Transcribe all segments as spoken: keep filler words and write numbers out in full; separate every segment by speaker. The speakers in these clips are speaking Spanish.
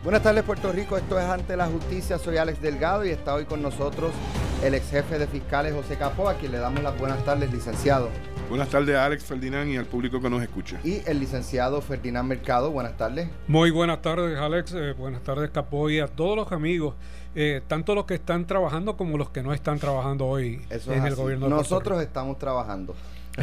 Speaker 1: Buenas tardes, Puerto Rico. Esto es Ante la Justicia. Soy Alex Delgado y está hoy con nosotros el ex jefe de fiscales, José Capó, a quien le damos las buenas tardes, licenciado.
Speaker 2: Buenas tardes a Alex, Ferdinand y al público que nos escucha.
Speaker 1: Y el licenciado Ferdinand Mercado. Buenas tardes.
Speaker 3: Muy buenas tardes, Alex. Eh, buenas tardes, Capó, y a todos los amigos, eh, tanto los que están trabajando como los que no están trabajando hoy
Speaker 1: Eso
Speaker 3: en
Speaker 1: es
Speaker 3: el
Speaker 1: así.
Speaker 3: gobierno de Puerto
Speaker 1: Nosotros
Speaker 3: Rico.
Speaker 1: estamos trabajando.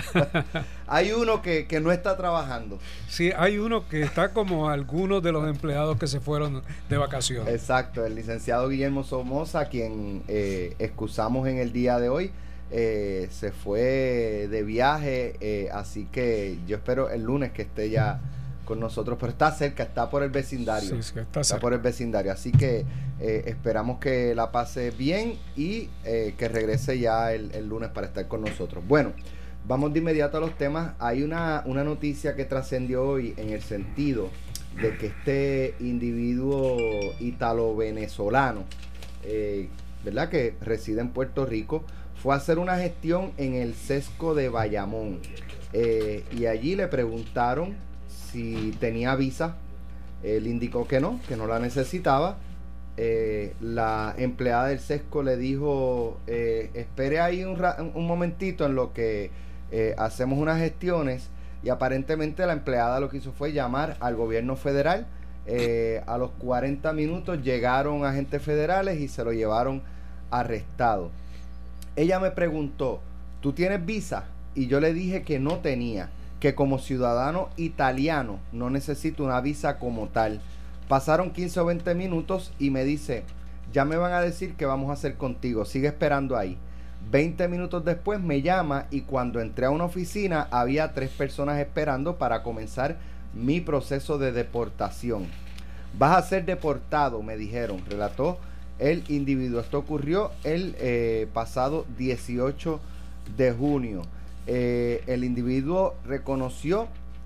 Speaker 1: Hay uno que, que no está trabajando.
Speaker 3: Sí, hay uno que está como algunos de los empleados que se fueron de vacaciones.
Speaker 1: Exacto, el licenciado Guillermo Somoza, quien eh, excusamos en el día de hoy, eh, se fue de viaje, eh, así que yo espero el lunes que esté ya con nosotros, pero está cerca, está por el vecindario.
Speaker 3: Sí, sí, está
Speaker 1: está
Speaker 3: cerca.
Speaker 1: por el vecindario, así que eh, esperamos que la pase bien y eh, que regrese ya el, el lunes para estar con nosotros. Bueno, vamos de inmediato a los temas. Hay una, una noticia que trascendió hoy en el sentido de que este individuo italo-venezolano, eh, ¿verdad?, que reside en Puerto Rico, fue a hacer una gestión en el sesco de Bayamón. Eh, y allí le preguntaron si tenía visa. Él indicó que no, que no la necesitaba. Eh, la empleada del sesco le dijo, eh, espere ahí un, ra- un momentito en lo que eh, hacemos unas gestiones, y aparentemente la empleada lo que hizo fue llamar al gobierno federal. Eh, a los cuarenta minutos llegaron agentes federales y se lo llevaron arrestado. Ella me preguntó, ¿tú tienes visa? Y yo le dije que no tenía, que como ciudadano italiano no necesito una visa como tal. Pasaron quince o veinte minutos y me dice, ya me van a decir qué vamos a hacer contigo, sigue esperando ahí. veinte minutos después me llama y cuando entré a una oficina había tres personas esperando para comenzar mi proceso de deportación. Vas a ser deportado, me dijeron, relató el individuo. Esto ocurrió el eh, pasado dieciocho de junio. Eh, el individuo reconoció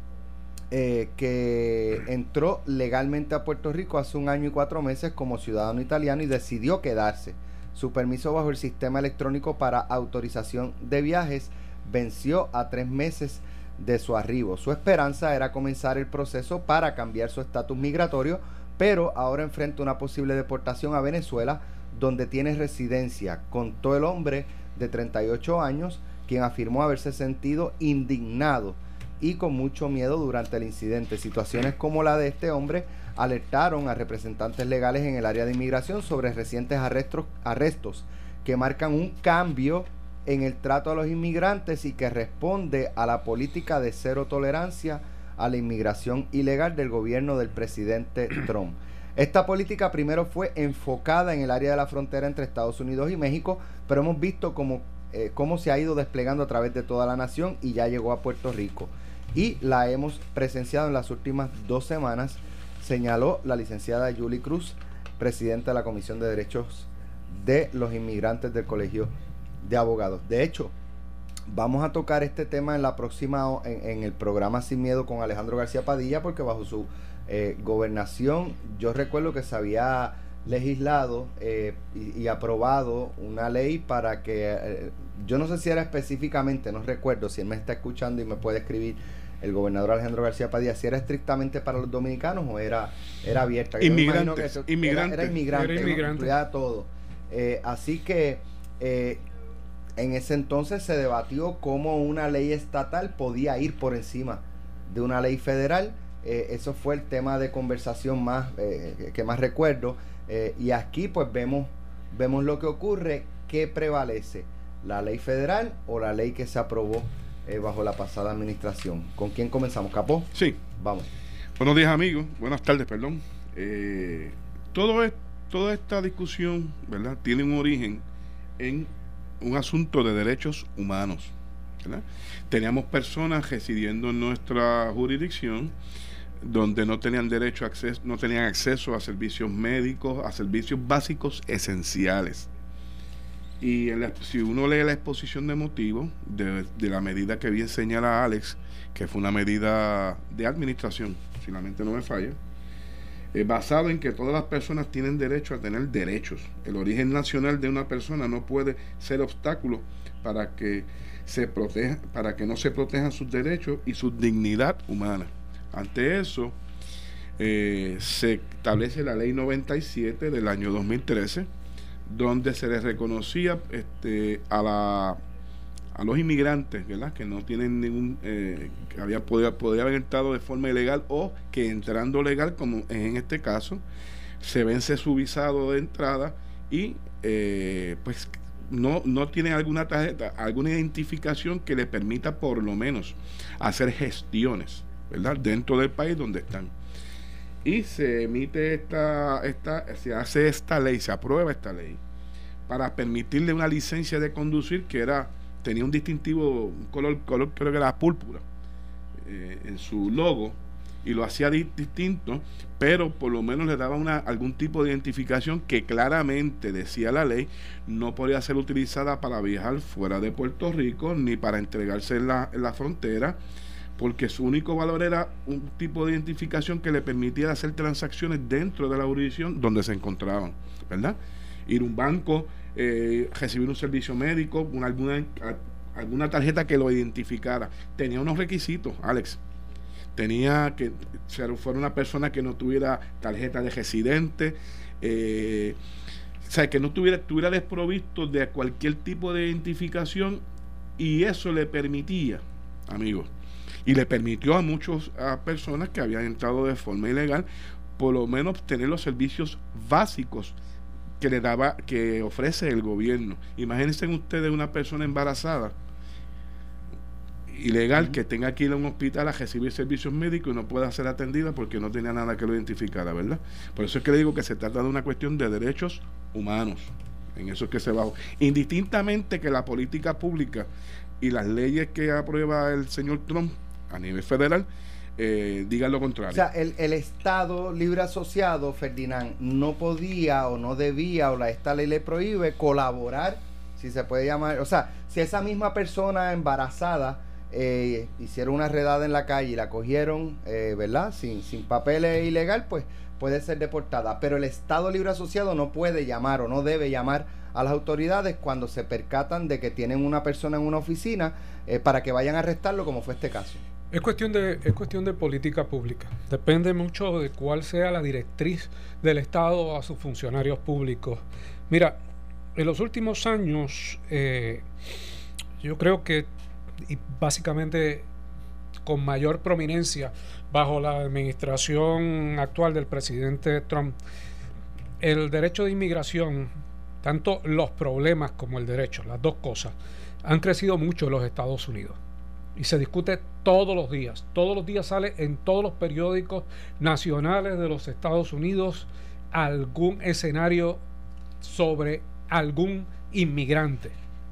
Speaker 1: Eh, que entró legalmente a Puerto Rico hace un año y cuatro meses como ciudadano italiano y decidió quedarse. Su permiso bajo el sistema electrónico para autorización de viajes venció a tres meses de su arribo. Su esperanza era comenzar el proceso para cambiar su estatus migratorio, pero ahora enfrenta una posible deportación a Venezuela, donde tiene residencia, contó el hombre de treinta y ocho años, quien afirmó haberse sentido indignado y con mucho miedo durante el incidente. Situaciones como la de este hombre alertaron a representantes legales en el área de inmigración sobre recientes arrestos, arrestos que marcan un cambio en el trato a los inmigrantes y que responde a la política de cero tolerancia a la inmigración ilegal del gobierno del presidente Trump. Esta política primero fue enfocada en el área de la frontera entre Estados Unidos y México, pero hemos visto cómo, eh, cómo se ha ido desplegando a través de toda la nación y ya llegó a Puerto Rico. Y la hemos presenciado en las últimas dos semanas, señaló la licenciada Julie Cruz, presidenta de la Comisión de Derechos de los Inmigrantes del Colegio de Abogados. De hecho, vamos a tocar este tema en la próxima, en, en el programa Sin Miedo con Alejandro García Padilla, porque bajo su eh, gobernación, yo recuerdo que se había legislado eh, y, y aprobado una ley para que, eh, yo no sé si era específicamente, no recuerdo, si él me está escuchando y me puede escribir, el gobernador Alejandro García Padilla, si era estrictamente para los dominicanos o era, era abierta. Yo
Speaker 2: Inmigrantes,
Speaker 1: que eso,
Speaker 2: inmigrantes.
Speaker 1: Era, era inmigrante,
Speaker 3: Era inmigrante.
Speaker 1: ¿no? Incluía todo. Eh, así que eh, en ese entonces se debatió cómo una ley estatal podía ir por encima de una ley federal. Eh, eso fue el tema de conversación más eh, que más recuerdo. Eh, y aquí pues vemos, vemos lo que ocurre. ¿Qué prevalece? ¿La ley federal o la ley que se aprobó Eh, bajo la pasada administración? ¿Con quién comenzamos, Capó?
Speaker 2: Sí.
Speaker 1: Vamos.
Speaker 2: Buenos días, amigos. Buenas tardes, perdón. Eh, todo es, toda esta discusión, ¿verdad?, tiene un origen en un asunto de derechos humanos, ¿verdad? Teníamos personas residiendo en nuestra jurisdicción donde no tenían derecho a acceso, no tenían acceso a servicios médicos, a servicios básicos esenciales. Y en la, si uno lee la exposición de motivos de, de la medida que bien señala Alex, que fue una medida de administración, si la mente no me falla, eh, basado en que todas las personas tienen derecho a tener derechos. El origen nacional de una persona no puede ser obstáculo para que se proteja, para que no se protejan sus derechos y su dignidad humana. Ante eso, eh, se establece la ley noventa y siete del año dos mil trece, donde se les reconocía este, a la a los inmigrantes, ¿verdad?, que no tienen ningún, eh, que había podía, podía haber entrado de forma ilegal o que entrando legal, como en este caso, se vence su visado de entrada y eh, pues no, no tienen alguna tarjeta, alguna identificación que le permita por lo menos hacer gestiones, ¿verdad?, dentro del país donde están. Y se emite esta, esta, se hace esta ley, se aprueba esta ley para permitirle una licencia de conducir que era tenía un distintivo, un color, color creo que era púrpura eh, en su logo, y lo hacía di distinto, pero por lo menos le daba una, algún tipo de identificación que claramente decía la ley, no podía ser utilizada para viajar fuera de Puerto Rico, ni para entregarse en la, en la frontera, porque su único valor era un tipo de identificación que le permitiera hacer transacciones dentro de la jurisdicción donde se encontraban, ¿verdad? Ir a un banco, Eh, recibir un servicio médico, una, alguna, alguna tarjeta que lo identificara. Tenía unos requisitos, Alex. Tenía que ser fuera una persona que no tuviera tarjeta de residente, eh, o sea, que no tuviera, estuviera desprovisto de cualquier tipo de identificación, y eso le permitía, amigos, y le permitió a muchas a personas que habían entrado de forma ilegal, por lo menos tener los servicios básicos que le daba, que ofrece el gobierno. Imagínense ustedes una persona embarazada ilegal, uh-huh, que tenga que ir a un hospital a recibir servicios médicos y no pueda ser atendida porque no tenía nada que lo identificara, ¿verdad? Por eso es que le digo que se trata de una cuestión de derechos humanos, en eso es que se bajó, indistintamente que la política pública y las leyes que aprueba el señor Trump a nivel federal Eh, digan lo contrario.
Speaker 1: O sea, el, el Estado libre asociado, Ferdinand, no podía o no debía, o la esta ley le prohíbe colaborar, si se puede llamar, o sea, si esa misma persona embarazada eh, hicieron una redada en la calle y la cogieron, eh, ¿verdad?, sin, sin papeles ilegal, pues puede ser deportada, pero el Estado libre asociado no puede llamar o no debe llamar a las autoridades cuando se percatan de que tienen una persona en una oficina eh, para que vayan a arrestarlo, como fue este caso.
Speaker 3: Es cuestión de, es cuestión de política pública. Depende mucho de cuál sea la directriz del Estado a sus funcionarios públicos. Mira, en los últimos años, eh, yo creo que, y básicamente con mayor prominencia bajo la administración actual del presidente Trump, el derecho de inmigración, tanto los problemas como el derecho, las dos cosas, han crecido mucho en los Estados Unidos. Y se discute todos los días. Todos los días sale en todos los periódicos nacionales de los Estados Unidos algún escenario sobre algún inmigrante.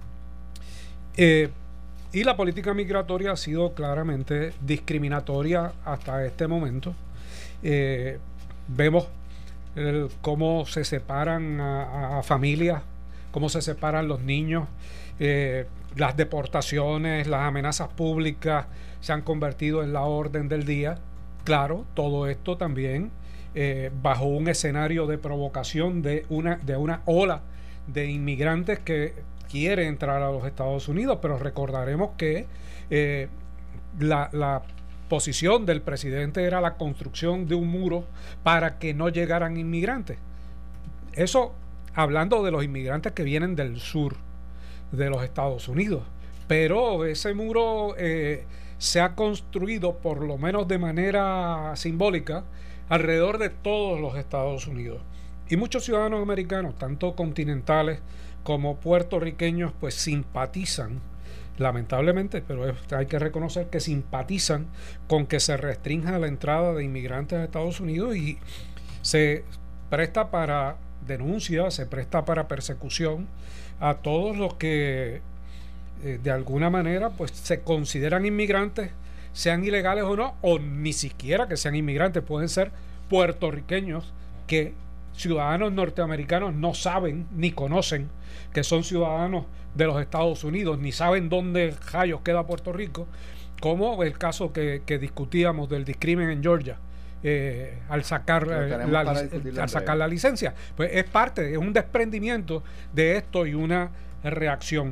Speaker 3: Eh, y la política migratoria ha sido claramente discriminatoria hasta este momento. Eh, vemos el, cómo se separan a, a familias, cómo se separan los niños. Eh, las deportaciones, las amenazas públicas se han convertido en la orden del día. Claro, todo esto también eh, bajo un escenario de provocación de una, de una ola de inmigrantes que quiere entrar a los Estados Unidos, pero recordaremos que eh, la, la posición del presidente era la construcción de un muro para que no llegaran inmigrantes. Eso hablando de los inmigrantes que vienen del sur de los Estados Unidos, pero ese muro eh, se ha construido, por lo menos de manera simbólica, alrededor de todos los Estados Unidos, y muchos ciudadanos americanos, tanto continentales como puertorriqueños, pues simpatizan, lamentablemente, pero es, hay que reconocer que simpatizan con que se restrinja la entrada de inmigrantes a Estados Unidos, y se presta para denuncia, se presta para persecución a todos los que eh, de alguna manera pues se consideran inmigrantes, sean ilegales o no, o ni siquiera que sean inmigrantes, pueden ser puertorriqueños que ciudadanos norteamericanos no saben ni conocen que son ciudadanos de los Estados Unidos, ni saben dónde rayos queda Puerto Rico, como el caso que, que discutíamos del discrimen en Georgia. Eh, al sacar eh, la, al sacar la licencia, pues es parte, es un desprendimiento de esto y una reacción.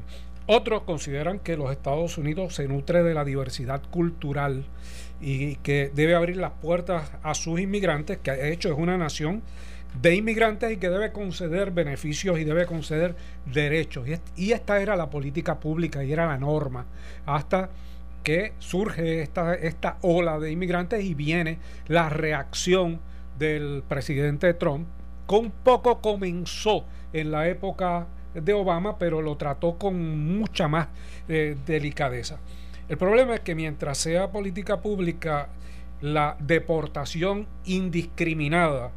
Speaker 3: Otros consideran que los Estados Unidos se nutre de la diversidad cultural y que debe abrir las puertas a sus inmigrantes, que de hecho es una nación de inmigrantes y que debe conceder beneficios y debe conceder derechos. Y esta era la política pública y era la norma hasta que surge esta, esta ola de inmigrantes y viene la reacción del presidente Trump. Con poco comenzó en la época de Obama, pero lo trató con mucha más eh, delicadeza. El problema es que mientras sea política pública, la deportación indiscriminada,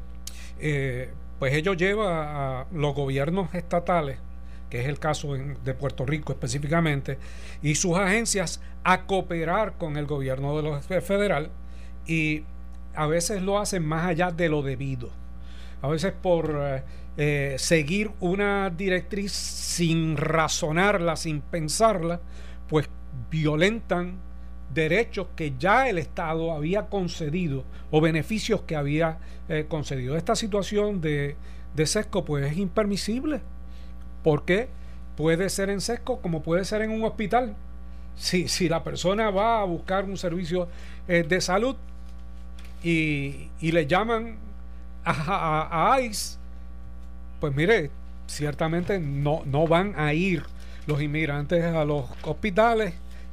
Speaker 3: eh, pues ello lleva a los gobiernos estatales, que es el caso en, de Puerto Rico específicamente, y sus agencias a cooperar con el gobierno de los federal, y a veces lo hacen más allá de lo debido. A veces por eh, eh, seguir una directriz sin razonarla, sin pensarla, pues violentan derechos que ya el Estado había concedido o beneficios que había eh, concedido. Esta situación de, de sesgo pues es impermisible, porque puede ser en sesgo como puede ser en un hospital. Si, si la persona va a buscar un servicio eh, de salud y, y le llaman a, a, a ICE, pues mire, ciertamente no, no van a ir los inmigrantes a los hospitales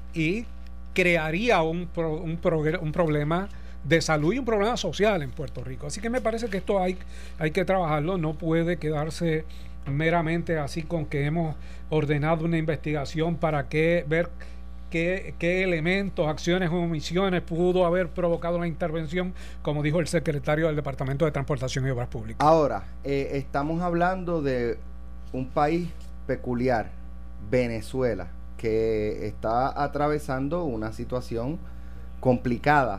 Speaker 3: y crearía un, pro, un, progr- un problema de salud y un problema social en Puerto Rico. Así que me parece que esto hay, hay que trabajarlo, no puede quedarse meramente así con que hemos ordenado una investigación para que ver qué, qué elementos, acciones o omisiones pudo haber provocado la intervención, como dijo el secretario del Departamento de Transportación y Obras Públicas.
Speaker 1: Ahora, eh, estamos hablando de un país peculiar, Venezuela, que está atravesando una situación complicada,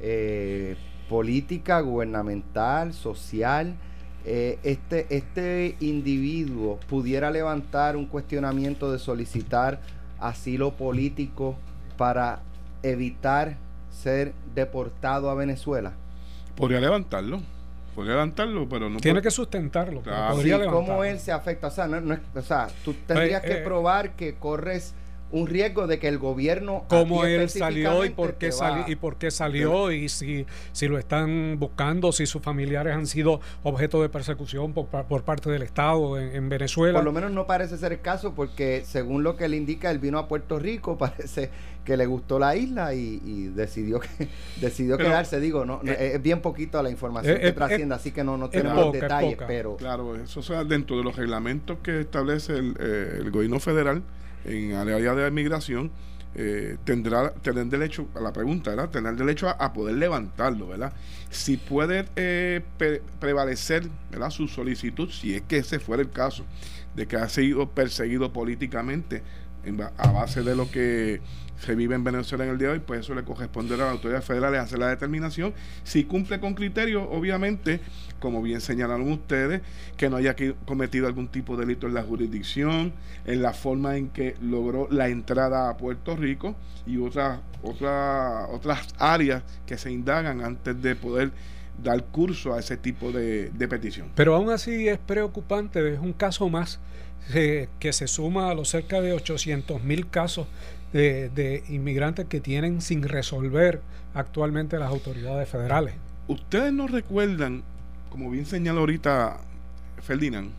Speaker 1: eh, política, gubernamental, social. Eh, este, este individuo pudiera levantar un cuestionamiento de solicitar asilo político para evitar ser deportado a Venezuela.
Speaker 2: Podría levantarlo, podría levantarlo, pero no
Speaker 3: tiene
Speaker 2: puede...
Speaker 3: que sustentarlo.
Speaker 2: Claro.
Speaker 3: Podría
Speaker 1: Sí,
Speaker 3: levantarlo.
Speaker 1: ¿cómo él se afecta? O sea, no, no es, o sea tú tendrías
Speaker 3: Eh,
Speaker 1: que
Speaker 3: eh,
Speaker 1: probar que corres un riesgo de que el gobierno
Speaker 3: cómo
Speaker 1: a ti
Speaker 3: él salió y por
Speaker 1: específicamente
Speaker 3: qué
Speaker 1: te
Speaker 3: salió
Speaker 1: va-
Speaker 3: y por qué salió y si, si lo están buscando, si sus familiares han sido objeto de persecución por, por parte del Estado en, en Venezuela.
Speaker 1: Por lo menos no parece ser el caso, porque según lo que él indica, él vino a Puerto Rico, parece que le gustó la isla y, y decidió que decidió
Speaker 2: Pero,
Speaker 1: quedarse. Digo, no, no,
Speaker 2: eh,
Speaker 1: es bien poquito la información
Speaker 3: eh,
Speaker 1: que
Speaker 3: eh,
Speaker 1: trasciende, así que no, no
Speaker 3: es
Speaker 1: tenemos
Speaker 3: poca,
Speaker 1: los
Speaker 3: es
Speaker 1: detalles,
Speaker 3: poca.
Speaker 1: pero
Speaker 2: Claro, eso sea dentro de los reglamentos que establece el, eh, el gobierno federal en área de inmigración, eh, tendrá tener derecho a la pregunta, ¿verdad? Tener derecho a, a poder levantarlo, ¿verdad? Si puede eh, pre- prevalecer, ¿verdad?, su solicitud, si es que ese fuera el caso, de que ha sido perseguido políticamente en, a base de lo que se vive en Venezuela en el día de hoy, pues eso le corresponderá a las autoridades federales hacer la determinación. Si cumple con criterios, obviamente, como bien señalaron ustedes, que no haya cometido algún tipo de delito en la jurisdicción, en la forma en que logró la entrada a Puerto Rico y otras otras otras áreas que se indagan antes de poder dar curso a ese tipo de, de petición.
Speaker 3: Pero aún así es preocupante, es un caso más eh, que se suma a los cerca de ochocientos mil casos de, de inmigrantes que tienen sin resolver actualmente las autoridades federales.
Speaker 2: Ustedes no recuerdan, como bien señaló ahorita Ferdinand,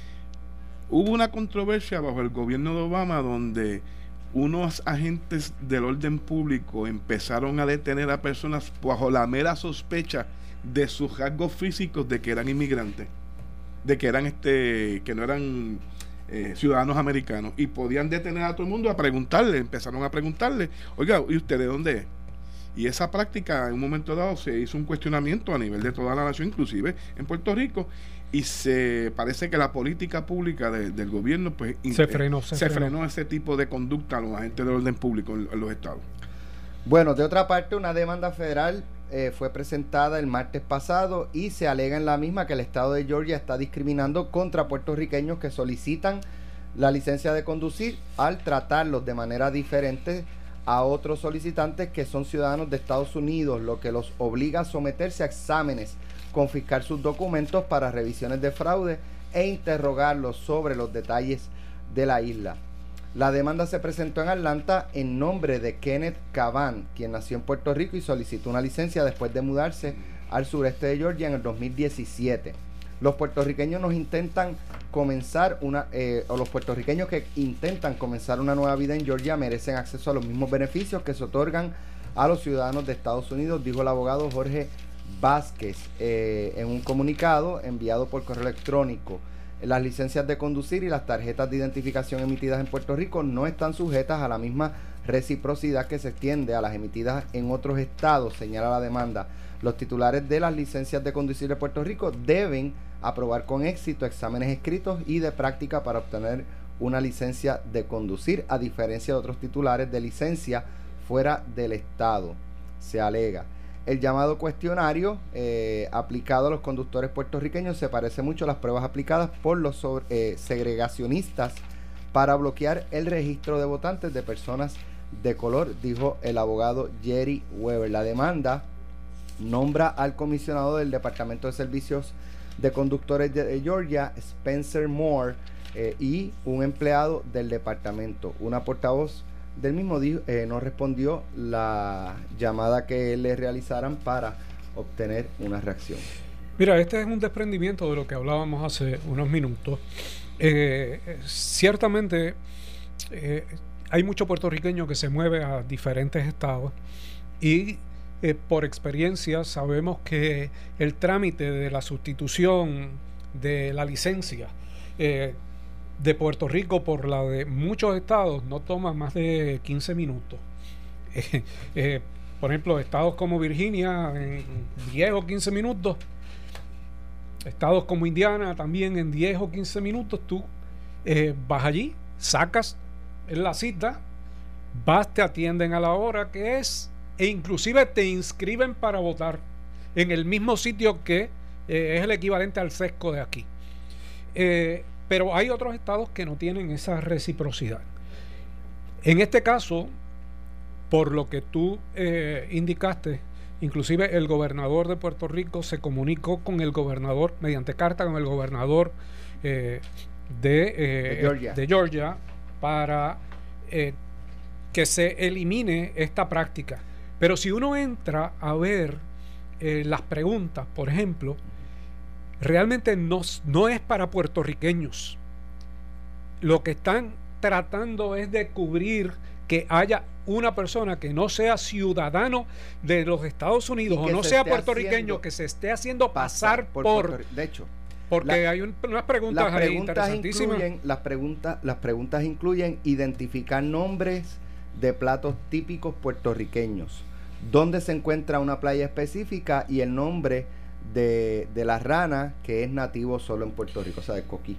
Speaker 2: hubo una controversia bajo el gobierno de Obama donde unos agentes del orden público empezaron a detener a personas bajo la mera sospecha de sus rasgos físicos de que eran inmigrantes, de que eran este, que no eran eh, ciudadanos americanos, y podían detener a todo el mundo a preguntarle, empezaron a preguntarle, oiga, ¿y usted de dónde es? Y esa práctica en un momento dado se hizo un cuestionamiento a nivel de toda la nación, inclusive en Puerto Rico, y se parece que la política pública de, del gobierno pues
Speaker 3: se frenó, se,
Speaker 2: se
Speaker 3: frenó.
Speaker 2: frenó ese tipo de conducta a los agentes del orden público en, en los estados.
Speaker 1: bueno, de otra parte, una demanda federal eh, fue presentada el martes pasado y se alega en la misma que el estado de Georgia está discriminando contra puertorriqueños que solicitan la licencia de conducir al tratarlos de manera diferente a otros solicitantes que son ciudadanos de Estados Unidos, lo que los obliga a someterse a exámenes, confiscar sus documentos para revisiones de fraude e interrogarlos sobre los detalles de la isla. La demanda se presentó en Atlanta en nombre de Kenneth Cavan, quien nació en Puerto Rico y solicitó una licencia después de mudarse al sureste de Georgia en el dos mil diecisiete. Los puertorriqueños nos intentan comenzar una, eh, o los puertorriqueños que intentan comenzar una nueva vida en Georgia merecen acceso a los mismos beneficios que se otorgan a los ciudadanos de Estados Unidos, dijo el abogado Jorge Vázquez eh, en un comunicado enviado por correo electrónico. Las licencias de conducir y las tarjetas de identificación emitidas en Puerto Rico no están sujetas a la misma reciprocidad que se extiende a las emitidas en otros estados, señala la demanda. Los titulares de las licencias de conducir de Puerto Rico deben aprobar con éxito exámenes escritos y de práctica para obtener una licencia de conducir, a diferencia de otros titulares de licencia fuera del estado, se alega. El llamado cuestionario eh, aplicado a los conductores puertorriqueños se parece mucho a las pruebas aplicadas por los sobre, eh, segregacionistas para bloquear el registro de votantes de personas de color, dijo el abogado Jerry Weber. La demanda nombra al comisionado del Departamento de Servicios de Conductores de Georgia, Spencer Moore, eh, y un empleado del departamento. Una portavoz del mismo dijo, eh, no respondió la llamada que le realizaran para obtener una reacción.
Speaker 3: Mira, este es un desprendimiento de lo que hablábamos hace unos minutos. Eh, ciertamente eh, hay mucho puertorriqueño que se mueve a diferentes estados y eh, por experiencia sabemos que el trámite de la sustitución de la licencia eh, de Puerto Rico por la de muchos estados no toma más de quince minutos. Eh, eh, por ejemplo, estados como Virginia en diez o quince minutos, estados como Indiana también en diez o quince minutos, tú eh, vas allí, sacas la cita, vas, te atienden a la hora que es e inclusive te inscriben para votar en el mismo sitio que eh, es el equivalente al sesco de aquí. Eh, Pero hay otros estados que no tienen esa reciprocidad. En este caso, por lo que tú eh, indicaste, inclusive el gobernador de Puerto Rico se comunicó con el gobernador, mediante carta con el gobernador eh, de, eh,
Speaker 1: de, Georgia.
Speaker 3: de Georgia para eh, que se elimine esta práctica. Pero si uno entra a ver eh, las preguntas, por ejemplo, realmente no, no es para puertorriqueños. Lo que están tratando es de cubrir que haya una persona que no sea ciudadano de los Estados Unidos o no sea puertorriqueño, que se esté haciendo pasar por... por
Speaker 1: de hecho,
Speaker 3: porque
Speaker 1: la,
Speaker 3: hay un, unas preguntas,
Speaker 1: las preguntas
Speaker 3: interesantísimas.
Speaker 1: Incluyen, las, preguntas, las preguntas incluyen identificar nombres de platos típicos puertorriqueños, dónde se encuentra una playa específica y el nombre De, de la rana que es nativo solo en Puerto Rico, o sea, de coquí.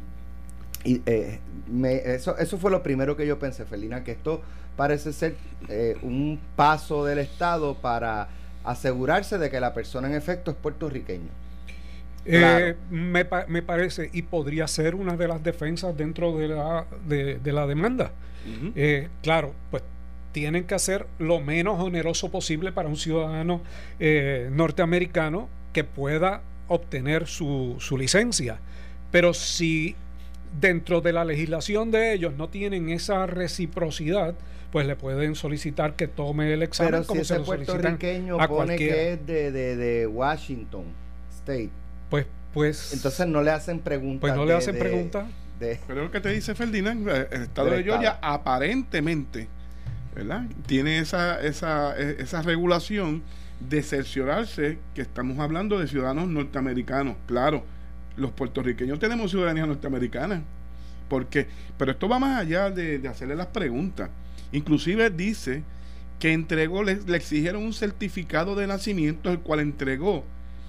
Speaker 1: Y eh, me, eso, eso fue lo primero que yo pensé, Felina, que esto parece ser eh, un paso del Estado para asegurarse de que la persona en efecto es puertorriqueño.
Speaker 3: Eh,
Speaker 1: claro.
Speaker 3: me, me parece, y podría ser una de las defensas dentro de la, de, de la demanda. Uh-huh. Eh, claro, pues tienen que hacer lo menos oneroso posible para un ciudadano eh, norteamericano que pueda obtener su, su licencia. Pero si dentro de la legislación de ellos no tienen esa reciprocidad, pues le pueden solicitar que tome el examen.
Speaker 1: Pero
Speaker 3: como
Speaker 1: si
Speaker 3: se
Speaker 1: ese
Speaker 3: lo
Speaker 1: puertorriqueño
Speaker 3: a
Speaker 1: pone
Speaker 3: cualquiera.
Speaker 1: que es de, de, de Washington State,
Speaker 3: pues, pues
Speaker 1: entonces no le hacen preguntas.
Speaker 3: Pues no
Speaker 1: de,
Speaker 3: le hacen
Speaker 1: de,
Speaker 3: preguntas.
Speaker 1: De,
Speaker 2: Pero lo que te dice Ferdinand, el estado de Georgia estado. aparentemente, ¿verdad?, tiene esa, esa, esa regulación de cerciorarse que estamos hablando de ciudadanos norteamericanos. Claro, los puertorriqueños tenemos ciudadanía norteamericana, porque, pero esto va más allá de, de hacerle las preguntas. Inclusive dice que entregó, le, le exigieron un certificado de nacimiento, el cual entregó,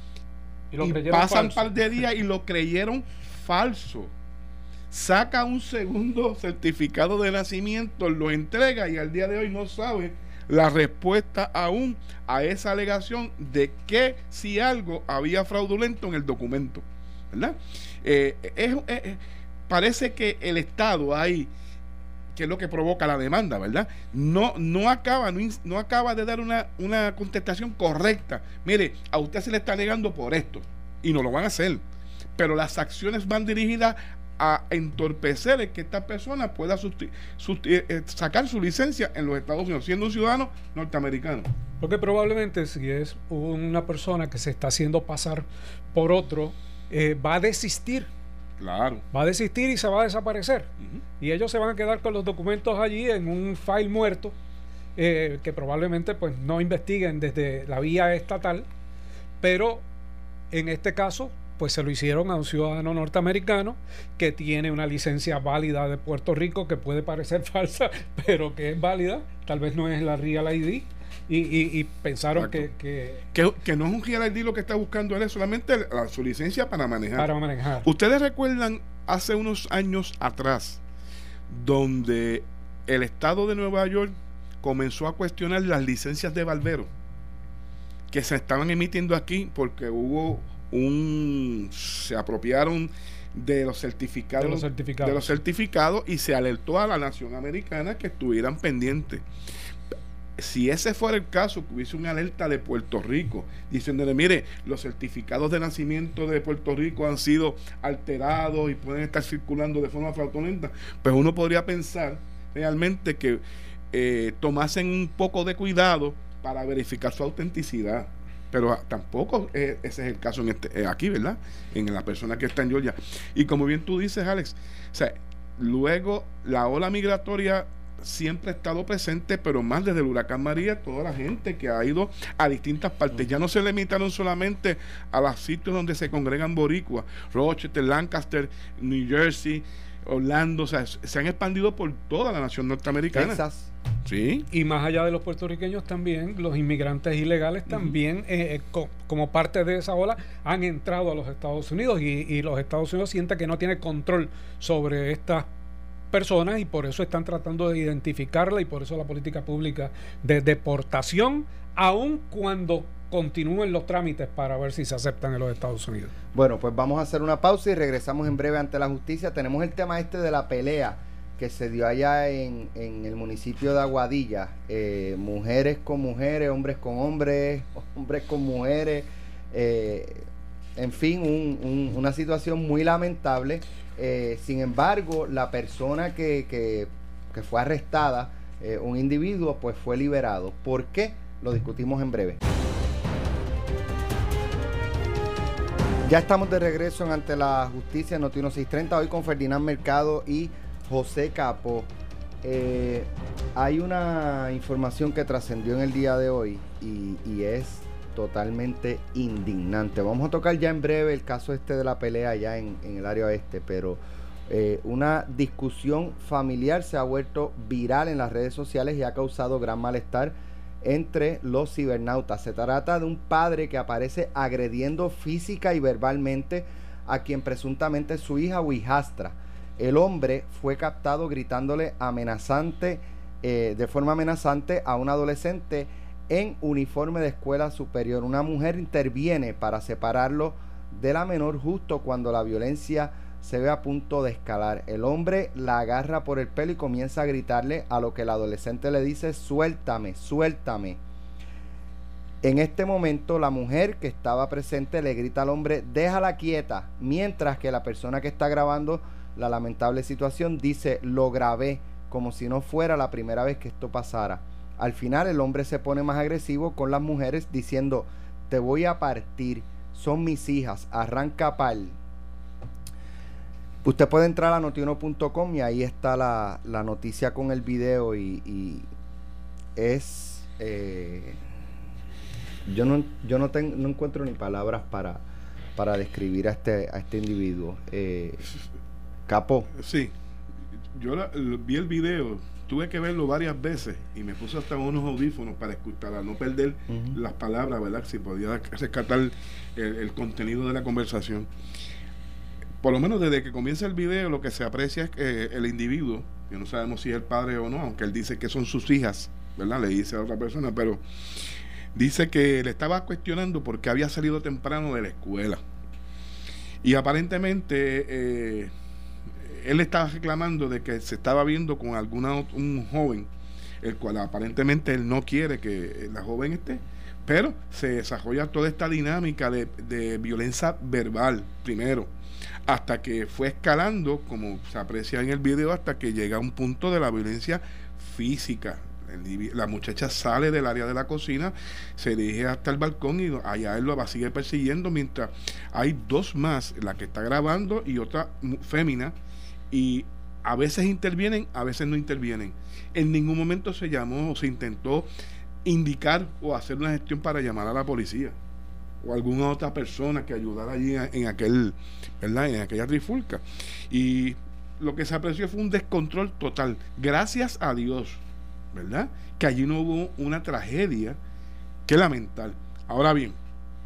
Speaker 2: y, lo y pasan un par de días y lo creyeron falso. Saca un segundo certificado de nacimiento, lo entrega y al día de hoy no sabe la respuesta aún a esa alegación de que si algo había fraudulento en el documento, ¿verdad? Eh, es, es, parece que el Estado ahí, que es lo que provoca la demanda, ¿verdad?, no, no acaba no, no acaba de dar una, una contestación correcta. Mire, a usted se le está negando por esto y no lo van a hacer, pero las acciones van dirigidas a entorpecer el que esta persona pueda susti- susti- eh, sacar su licencia en los Estados Unidos, siendo un ciudadano norteamericano.
Speaker 3: Porque probablemente si es una persona que se está haciendo pasar por otro, eh, va a desistir.
Speaker 2: Claro.
Speaker 3: Va a desistir y se va a desaparecer.
Speaker 2: Uh-huh.
Speaker 3: Y ellos se van a quedar con los documentos allí en un file muerto, eh, que probablemente pues no investiguen desde la vía estatal, pero en este caso pues se lo hicieron a un ciudadano norteamericano que tiene una licencia válida de Puerto Rico, que puede parecer falsa, pero que es válida, tal vez no es la Real I D, y, y, y pensaron que que,
Speaker 2: que que no es un Real I D lo que está buscando él, es solamente la, su licencia para manejar.
Speaker 3: Para manejar.
Speaker 2: Ustedes recuerdan hace unos años atrás, donde el estado de Nueva York comenzó a cuestionar las licencias de barbero que se estaban emitiendo aquí porque hubo un se apropiaron de los certificados
Speaker 3: de los certificados,
Speaker 2: de los certificados y se alertó a la nación americana que estuvieran pendientes. Si ese fuera el caso, que hubiese una alerta de Puerto Rico diciéndole, mire, los certificados de nacimiento de Puerto Rico han sido alterados y pueden estar circulando de forma fraudulenta, pues uno podría pensar realmente que eh, tomasen un poco de cuidado para verificar su autenticidad. Pero tampoco eh, ese es el caso en este, eh, aquí, ¿verdad? En la persona que está en Georgia. Y como bien tú dices, Alex, o sea, luego la ola migratoria siempre ha estado presente, pero más desde el huracán María, toda la gente que ha ido a distintas partes. Ya no se limitaron solamente a los sitios donde se congregan boricuas, Rochester, Lancaster, New Jersey, Orlando, o sea, se han expandido por toda la nación norteamericana.
Speaker 1: Texas.
Speaker 2: Sí.
Speaker 3: Y más allá de los puertorriqueños también, los inmigrantes ilegales también, uh-huh. eh, co- como parte de esa ola, han entrado a los Estados Unidos y, y los Estados Unidos sienten que no tiene control sobre estas personas y por eso están tratando de identificarla y por eso la política pública de deportación, aun cuando continúen los trámites para ver si se aceptan en los Estados Unidos.
Speaker 1: Bueno, pues vamos a hacer una pausa y regresamos en breve ante la justicia. Tenemos el tema este de la pelea que se dio allá en, en el municipio de Aguadilla, eh, mujeres con mujeres, hombres con hombres, hombres con mujeres, eh, en fin, un, un, una situación muy lamentable. Eh, sin embargo, la persona que, que, que fue arrestada, eh, un individuo, pues fue liberado. ¿Por qué? Lo discutimos en breve. Ya estamos de regreso en Ante la Justicia, Noti uno seiscientos treinta, hoy con Ferdinand Mercado y José Capó. Eh, hay una información que trascendió en el día de hoy y, y es totalmente indignante. Vamos a tocar ya en breve el caso este de la pelea allá en, en el área oeste, pero eh, una discusión familiar se ha vuelto viral en las redes sociales y ha causado gran malestar entre los cibernautas. Se trata de un padre que aparece agrediendo física y verbalmente a quien presuntamente es su hija o hijastra. El hombre fue captado gritándole amenazante, eh, de forma amenazante a un adolescente en uniforme de escuela superior. Una mujer interviene para separarlo de la menor justo cuando la violencia se ve a punto de escalar. El hombre la agarra por el pelo y comienza a gritarle, a lo que el adolescente le dice: suéltame, suéltame. En este momento la mujer que estaba presente le grita al hombre: déjala quieta, mientras que la persona que está grabando la lamentable situación dice: lo grabé, como si no fuera la primera vez que esto pasara. Al final el hombre se pone más agresivo con las mujeres diciendo: te voy a partir, son mis hijas, arranca pal. Usted puede entrar a noti uno punto com y ahí está la, la noticia con el video y, y es eh, yo no yo no, ten, no encuentro ni palabras para para describir a este a este individuo. eh, Capó.
Speaker 2: Sí, yo la, vi el video, tuve que verlo varias veces y me puse hasta unos audífonos para escuchar, para no perder uh-huh. las palabras, ¿verdad? Si podía rescatar el, el contenido de la conversación. Por lo menos desde que comienza el video, lo que se aprecia es que el individuo, que no sabemos si es el padre o no, aunque él dice que son sus hijas, ¿verdad? Le dice a otra persona, pero dice que le estaba cuestionando porque había salido temprano de la escuela. Y aparentemente eh, él estaba reclamando de que se estaba viendo con alguna un joven, el cual aparentemente él no quiere que la joven esté, Pero se desarrolla toda esta dinámica de, de violencia verbal, primero, hasta que fue escalando, como se aprecia en el video, hasta que llega a un punto de la violencia física. La muchacha sale del área de la cocina, se dirige hasta el balcón y allá él lo va a seguir persiguiendo, mientras hay dos más, la que está grabando y otra fémina, y a veces intervienen, a veces no intervienen. En ningún momento se llamó o se intentó indicar o hacer una gestión para llamar a la policía o alguna otra persona que ayudara allí en, en aquel, ¿verdad? En aquella trifulca. Y lo que se apreció fue un descontrol total. Gracias a Dios, ¿verdad?, que allí no hubo una tragedia que lamentar. Ahora bien,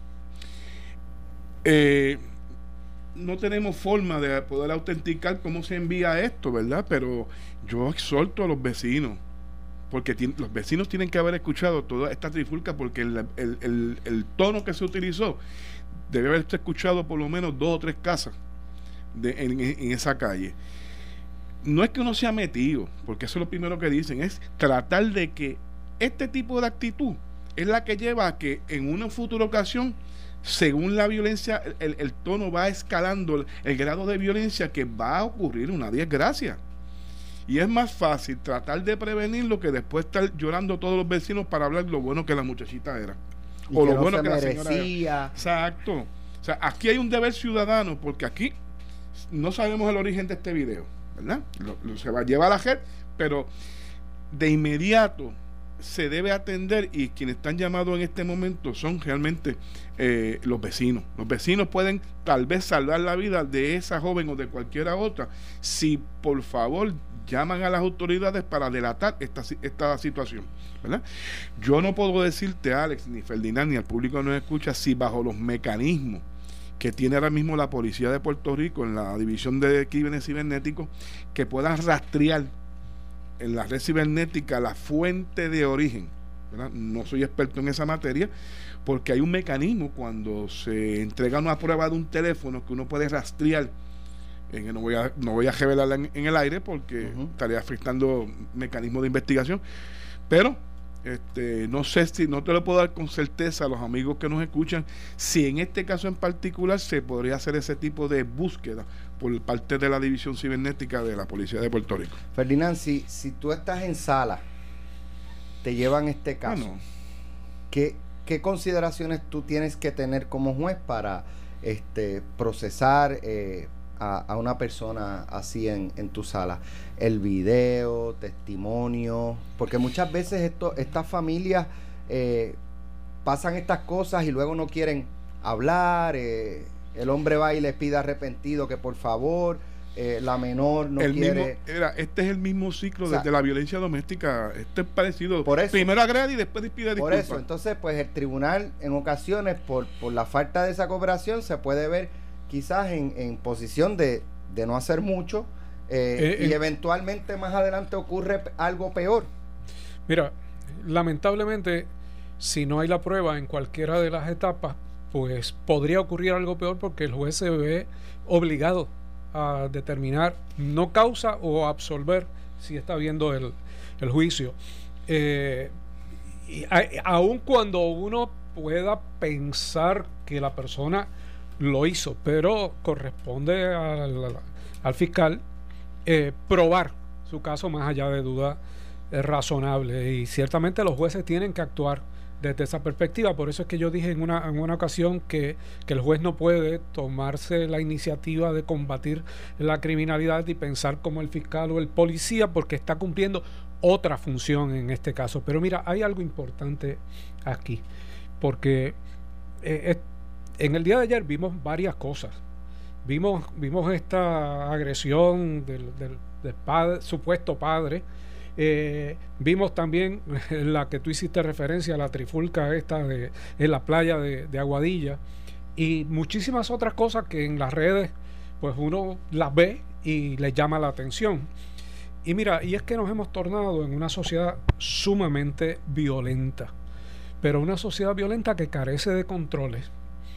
Speaker 2: eh, no tenemos forma de poder autenticar cómo se envía esto, ¿verdad? Pero yo exhorto a los vecinos, porque tiene, los vecinos tienen que haber escuchado toda esta trifulca, porque el, el, el, el tono que se utilizó debe haberse escuchado por lo menos dos o tres casas de, en, en esa calle. No es que uno sea metido, porque eso es lo primero que dicen, es tratar de que este tipo de actitud es la que lleva a que en una futura ocasión, según la violencia, el, el tono va escalando, el, el grado de violencia, que va a ocurrir una desgracia. Y es más fácil tratar de prevenirlo que después estar llorando todos los vecinos para hablar lo bueno que la muchachita era.
Speaker 1: Y
Speaker 2: o
Speaker 1: que
Speaker 2: lo
Speaker 1: no
Speaker 2: bueno
Speaker 1: se
Speaker 2: que
Speaker 1: merecía.
Speaker 2: la señora era. Exacto. O sea, aquí hay un deber ciudadano, porque aquí no sabemos el origen de este video, ¿verdad? Lo, lo, se va a llevar a la red, pero de inmediato se debe atender, y quienes están llamados en este momento son realmente eh, los vecinos. Los vecinos pueden tal vez salvar la vida de esa joven o de cualquiera otra si por favor llaman a las autoridades para delatar esta, esta situación, ¿verdad? Yo no puedo decirte, Alex, ni Ferdinand, ni al público que nos escucha, si bajo los mecanismos que tiene ahora mismo la Policía de Puerto Rico en la División de Crímenes Cibernéticos, que puedan rastrear en la red cibernética la fuente de origen, ¿verdad? No soy experto en esa materia, porque hay un mecanismo cuando se entrega una prueba de un teléfono que uno puede rastrear. Eh, no voy a no voy a revelarla en, en el aire porque uh-huh. estaría afectando mecanismos de investigación, pero este no sé si, no te lo puedo dar con certeza a los amigos que nos escuchan, si en este caso en particular se podría hacer ese tipo de búsqueda por parte de la División Cibernética de la Policía de Puerto Rico.
Speaker 1: Ferdinand, si, si tú estás en sala, te llevan este caso, bueno, ¿qué, qué consideraciones tú tienes que tener como juez para este procesar eh, a, a una persona así en, en tu sala? El video, testimonio, porque muchas veces esto, estas familias eh, pasan estas cosas y luego no quieren hablar, eh, el hombre va y les pide arrepentido que por favor, eh, la menor no
Speaker 2: el
Speaker 1: quiere...
Speaker 2: Mismo, era, este es el mismo ciclo, o sea, desde la violencia doméstica, este es parecido,
Speaker 1: por eso,
Speaker 2: primero agrede y después pide disculpas.
Speaker 1: Por eso, entonces pues el tribunal en ocasiones por, por la falta de esa cooperación se puede ver quizás en, en posición de, de no hacer mucho, eh, eh, y eventualmente más adelante ocurre algo peor.
Speaker 3: Mira, lamentablemente si no hay la prueba en cualquiera de las etapas, pues podría ocurrir algo peor, porque el juez se ve obligado a determinar no causa o absolver si está viendo el, el juicio. Eh, y a, aun cuando uno pueda pensar que la persona lo hizo, pero corresponde al, al fiscal eh, probar su caso más allá de duda eh, razonable, y ciertamente los jueces tienen que actuar desde esa perspectiva. Por eso es que yo dije en una, en una ocasión que, que el juez no puede tomarse la iniciativa de combatir la criminalidad y pensar como el fiscal o el policía, porque está cumpliendo otra función en este caso. Pero mira, hay algo importante aquí, porque eh, es, en el día de ayer vimos varias cosas. Vimos, vimos esta agresión del, del, del padre, supuesto padre. Eh, vimos también la que tú hiciste referencia, a la trifulca esta de, en la playa de, de Aguadilla, y muchísimas otras cosas que en las redes pues uno las ve y les llama la atención. Y mira, y es que nos hemos tornado en una sociedad sumamente violenta, pero una sociedad violenta que carece de controles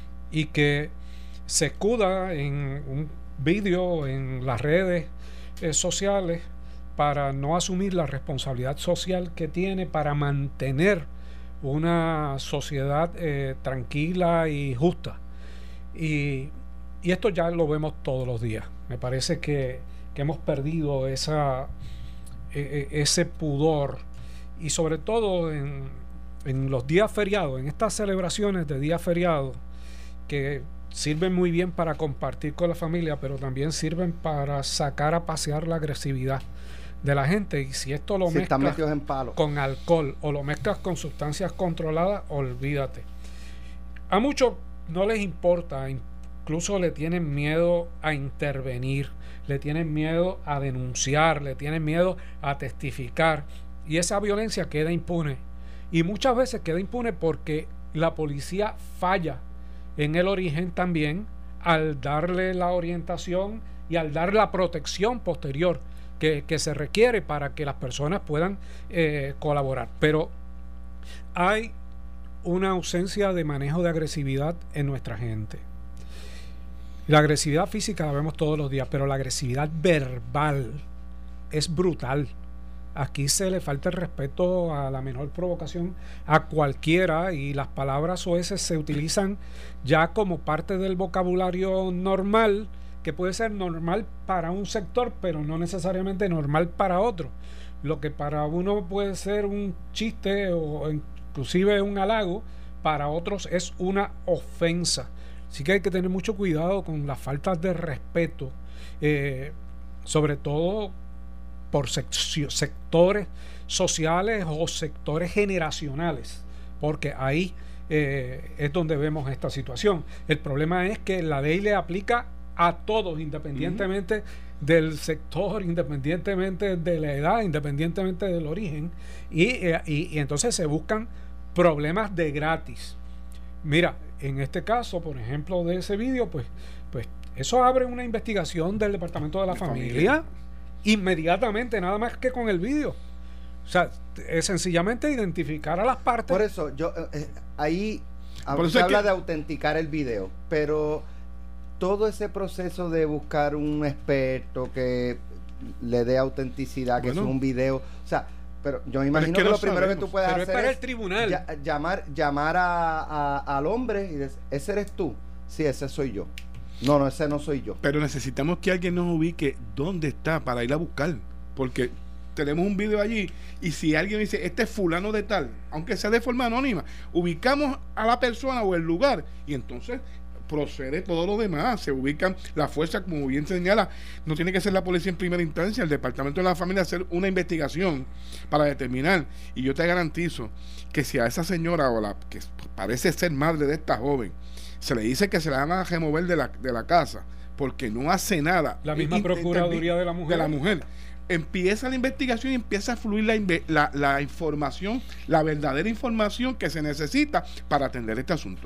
Speaker 3: y que se escuda en un vídeo en las redes eh, sociales para no asumir la responsabilidad social que tiene para mantener una sociedad eh, tranquila y justa. Y, y esto ya lo vemos todos los días. Me parece que, que hemos perdido esa, eh, ese pudor, y sobre todo en, en los días feriados, en estas celebraciones de días feriados, que sirven muy bien para compartir con la familia, pero también sirven para sacar a pasear la agresividad de la gente. Y si esto lo
Speaker 1: si
Speaker 3: mezclas
Speaker 1: metidos en palo.
Speaker 3: con alcohol o lo mezclas con sustancias controladas, olvídate. A muchos no les importa, incluso le tienen miedo a intervenir, le tienen miedo a denunciar, le tienen miedo a testificar, y esa violencia queda impune. Y muchas veces queda impune porque la policía falla en el origen también, al darle la orientación y al dar la protección posterior que, que se requiere para que las personas puedan eh, colaborar. Pero hay una ausencia de manejo de agresividad en nuestra gente. La agresividad física la vemos todos los días, pero la agresividad verbal es brutal. Aquí se le falta el respeto a la menor provocación a cualquiera, y las palabras soeces se utilizan ya como parte del vocabulario normal, que puede ser normal para un sector, pero no necesariamente normal para otro. Lo que para uno puede ser un chiste o inclusive un halago, para otros es una ofensa. Así que hay que tener mucho cuidado con las faltas de respeto, eh, sobre todo por sectores sociales o sectores generacionales, porque ahí eh, es donde vemos esta situación. El problema es que la ley le aplica a todos, independientemente uh-huh. del sector, independientemente de la edad, independientemente del origen, y, eh, y, y entonces se buscan problemas de gratis. Mira, en este caso, por ejemplo, de ese vídeo, pues, pues eso abre una investigación del Departamento de la, la familia, familia inmediatamente, nada más que con el vídeo. O sea, es sencillamente identificar a las partes.
Speaker 1: Por eso, yo eh, ahí Por eso se habla que... de autenticar el video, pero todo ese proceso de buscar un experto que le dé autenticidad, bueno, que es un video, o sea, pero yo me imagino pero es que, que lo primero sabemos. que tú puedes pero hacer es,
Speaker 3: para
Speaker 1: es
Speaker 3: el tribunal.
Speaker 1: Ya, llamar llamar a, a, al hombre y decir, ¿ese eres tú? Sí, ese soy yo. No, no, ese no soy yo.
Speaker 2: Pero necesitamos que alguien nos ubique dónde está para ir a buscar, porque tenemos un video allí, y si alguien dice, este es fulano de tal, aunque sea de forma anónima, ubicamos a la persona o el lugar, y entonces procede todo lo demás, se ubican la fuerza, como bien señala, no tiene que ser la policía en primera instancia, el Departamento de la Familia hacer una investigación para determinar, y yo te garantizo que si a esa señora o la que parece ser madre de esta joven se le dice que se la van a remover de la, de la casa porque no hace nada,
Speaker 3: la misma Procuraduría de la mujer
Speaker 2: de la mujer empieza la investigación y empieza a fluir la, la, la información, la verdadera información que se necesita para atender este asunto.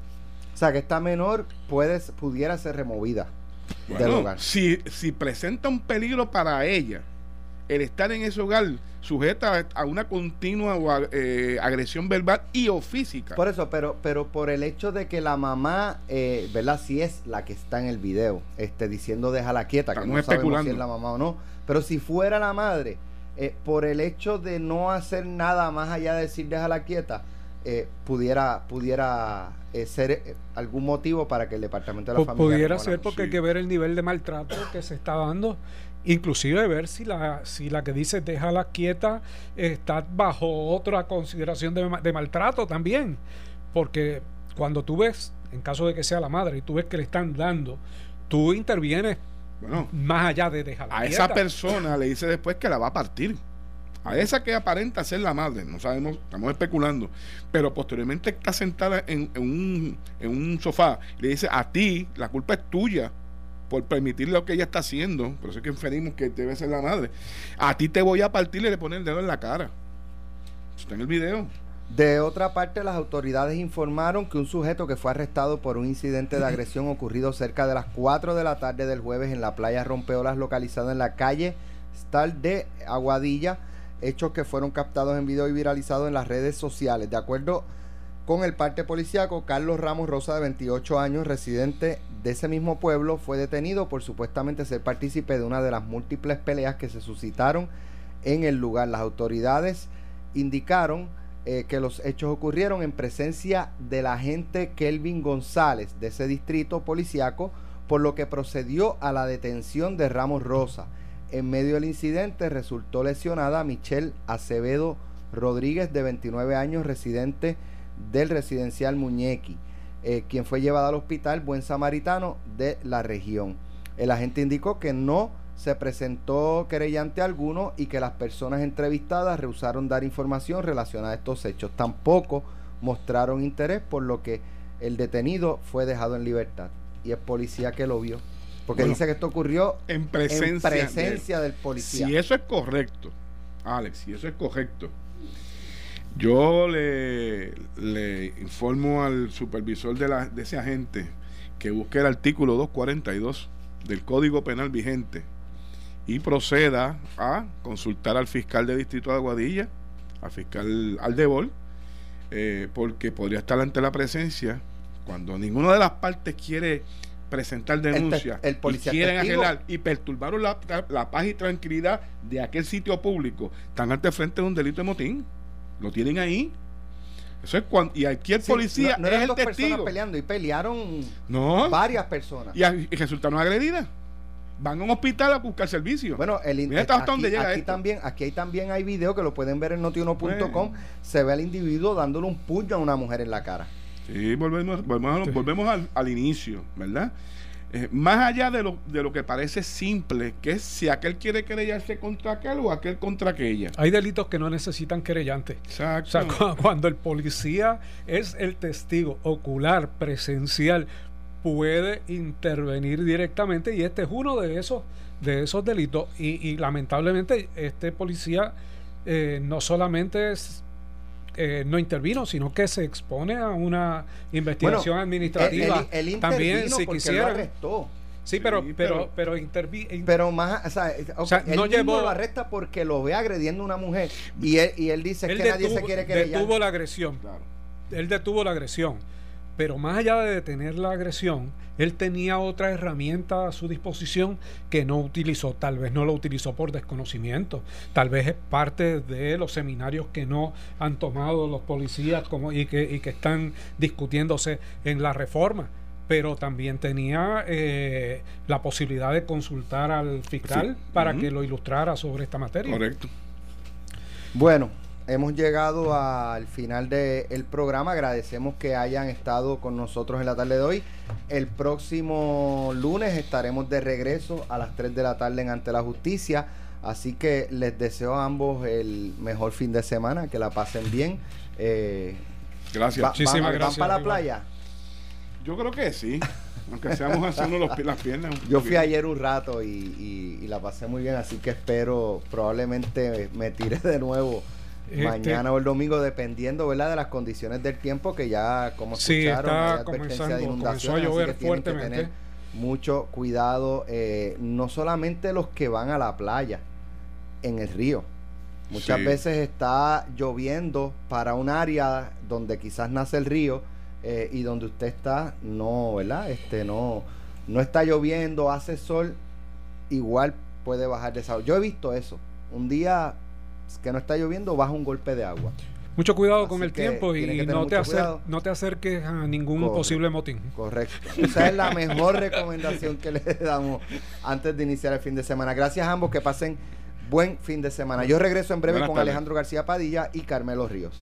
Speaker 1: O sea, que esta menor puede, pudiera ser removida
Speaker 2: bueno,
Speaker 1: del hogar.
Speaker 2: Si, si presenta un peligro para ella, el estar en ese hogar sujeta a una continua eh, agresión verbal y o física.
Speaker 1: Por eso, pero pero por el hecho de que la mamá, eh, ¿verdad? Si es la que está en el video, este, diciendo déjala quieta,
Speaker 2: Estamos
Speaker 1: que no
Speaker 2: especulando.
Speaker 1: sabemos si es la mamá o no, pero si fuera la madre, eh, por el hecho de no hacer nada más allá de decir déjala quieta, eh, pudiera pudiera eh, ser eh, algún motivo para que el Departamento de la
Speaker 3: P-
Speaker 1: Familia
Speaker 3: pudiera ser porque
Speaker 2: sí.
Speaker 3: hay que ver el nivel de maltrato que se está dando, inclusive ver si la si la que dice déjala quieta está bajo otra consideración de, de maltrato también, porque cuando tú ves, en caso de que sea la madre, y tú ves que le están dando, tú intervienes
Speaker 2: bueno,
Speaker 3: más allá de dejarla
Speaker 2: a
Speaker 3: quieta.
Speaker 2: esa persona le dice después que la va a partir. A esa que aparenta ser la madre, no sabemos, estamos especulando, pero posteriormente está sentada en, en, un, en un sofá, le dice a ti, la culpa es tuya por permitir lo que ella está haciendo, por eso es que inferimos que debe ser la madre. A ti te voy a partir y le pone el dedo en la cara. Está en el video.
Speaker 1: De otra parte, las autoridades informaron que un sujeto que fue arrestado por un incidente de agresión ocurrido cerca de las cuatro de la tarde del jueves en la playa Rompeolas, localizada en la calle Stal de Aguadilla, hechos que fueron captados en video y viralizados en las redes sociales. De acuerdo con el parte policíaco, Carlos Ramos Rosa, de veintiocho años, residente de ese mismo pueblo, fue detenido por supuestamente ser partícipe de una de las múltiples peleas que se suscitaron en el lugar. Las autoridades indicaron eh, que los hechos ocurrieron en presencia del agente Kelvin González de ese distrito policiaco, por lo que procedió a la detención de Ramos Rosa. En medio del incidente resultó lesionada Michelle Acevedo Rodríguez, de veintinueve años, residente del residencial Muñequi, eh, quien fue llevada al hospital Buen Samaritano de la región. El agente indicó que no se presentó querellante alguno y que las personas entrevistadas rehusaron dar información relacionada a estos hechos. Tampoco mostraron interés, por lo que el detenido fue dejado en libertad. Y es policía que lo vio. Porque bueno, dice que esto ocurrió
Speaker 2: en presencia,
Speaker 1: en presencia de, del policía.
Speaker 2: Si eso es correcto, Alex, si eso es correcto, yo le, le informo al supervisor de, la, de ese agente que busque el artículo doscientos cuarenta y dos del Código Penal vigente y proceda a consultar al fiscal de distrito de Aguadilla, al fiscal Aldebol, eh, porque podría estar ante la presencia cuando ninguna de las partes quiere presentar denuncia
Speaker 1: el, el policía
Speaker 2: y quieren
Speaker 1: testigo.
Speaker 2: arreglar y perturbaron la, la, la paz y tranquilidad de aquel sitio público, están ante frente de un delito de motín, lo tienen ahí. Eso es cuando, y aquí el sí, policía
Speaker 1: no, no
Speaker 2: es el
Speaker 1: dos
Speaker 2: testigo
Speaker 1: personas peleando, y pelearon
Speaker 2: no,
Speaker 1: varias personas
Speaker 2: y, y resultaron agredidas, van a un hospital a buscar servicio.
Speaker 1: Bueno, el
Speaker 2: Mira hasta
Speaker 1: aquí,
Speaker 2: dónde llega
Speaker 1: aquí
Speaker 2: esto.
Speaker 1: también aquí también hay video que lo pueden ver en noti uno punto com. Bueno. Se ve al individuo dándole un puño a una mujer en la cara.
Speaker 2: Sí, volvemos, volvemos, sí. volvemos al, al inicio, ¿verdad? Eh, más allá de lo, de lo que parece simple, que es si aquel quiere querellarse contra aquel o aquel contra aquella.
Speaker 3: Hay delitos que no necesitan querellante.
Speaker 2: Exacto.
Speaker 3: O sea, cu cuando el policía es el testigo ocular, presencial, puede intervenir directamente, y este es uno de esos, de esos delitos. Y, y lamentablemente este policía eh, no solamente es Eh, no intervino, sino que se expone a una investigación bueno, administrativa.
Speaker 1: Él, él
Speaker 3: también si quisiera.
Speaker 1: Lo arrestó.
Speaker 3: Sí, pero sí, pero pero intervino.
Speaker 1: Pero más, o sea, okay, o sea él no llevó, lo arresta porque lo ve agrediendo a una mujer y él y él dice él que detuvo, nadie se quiere querellar.
Speaker 3: Detuvo la agresión.
Speaker 2: Claro.
Speaker 3: Él detuvo la agresión. Pero más allá de detener la agresión, él tenía otra herramienta a su disposición que no utilizó. Tal vez no lo utilizó por desconocimiento, tal vez es parte de los seminarios que no han tomado los policías como, y, que, y que están discutiéndose en la reforma. Pero también tenía eh, la posibilidad de consultar al fiscal sí. para uh-huh. que lo ilustrara sobre esta materia.
Speaker 2: Correcto.
Speaker 1: Bueno, hemos llegado al final del programa. Agradecemos que hayan estado con nosotros en la tarde de hoy. El próximo lunes estaremos de regreso a las tres de la tarde en Ante la Justicia. Así que les deseo a ambos el mejor fin de semana, que la pasen bien. Eh,
Speaker 2: gracias.
Speaker 1: Va,
Speaker 3: Muchísimas
Speaker 1: van,
Speaker 3: gracias.
Speaker 1: ¿Van para la playa?
Speaker 2: Yo creo que sí. Aunque seamos haciendo los, las piernas.
Speaker 1: Yo fui ayer un rato y, y, y la pasé muy bien. Así que espero, probablemente me tire de nuevo Este, mañana o el domingo, dependiendo, ¿verdad?, de las condiciones del tiempo, que ya, como
Speaker 3: sí,
Speaker 1: escucharon,
Speaker 3: está
Speaker 1: hay advertencia de inundaciones,
Speaker 3: comenzó a llover
Speaker 1: así que tienen
Speaker 3: fuertemente.
Speaker 1: que tener mucho cuidado, eh, no solamente los que van a la playa, en el río. Muchas sí. veces está lloviendo para un área donde quizás nace el río, eh, y donde usted está, no, ¿verdad? Este, no, no está lloviendo, hace sol, igual puede bajar de esa. Yo he visto eso. Un día que no está lloviendo, baja un golpe de agua.
Speaker 3: Mucho cuidado
Speaker 1: Así
Speaker 3: con el tiempo y no te, acer, no te acerques a ningún Correcto. posible motín.
Speaker 1: Correcto. Esa es la mejor recomendación que le damos antes de iniciar el fin de semana. Gracias a ambos, que pasen buen fin de semana. Yo regreso en breve Buenas con tardes. Alejandro García Padilla y Carmelo Ríos.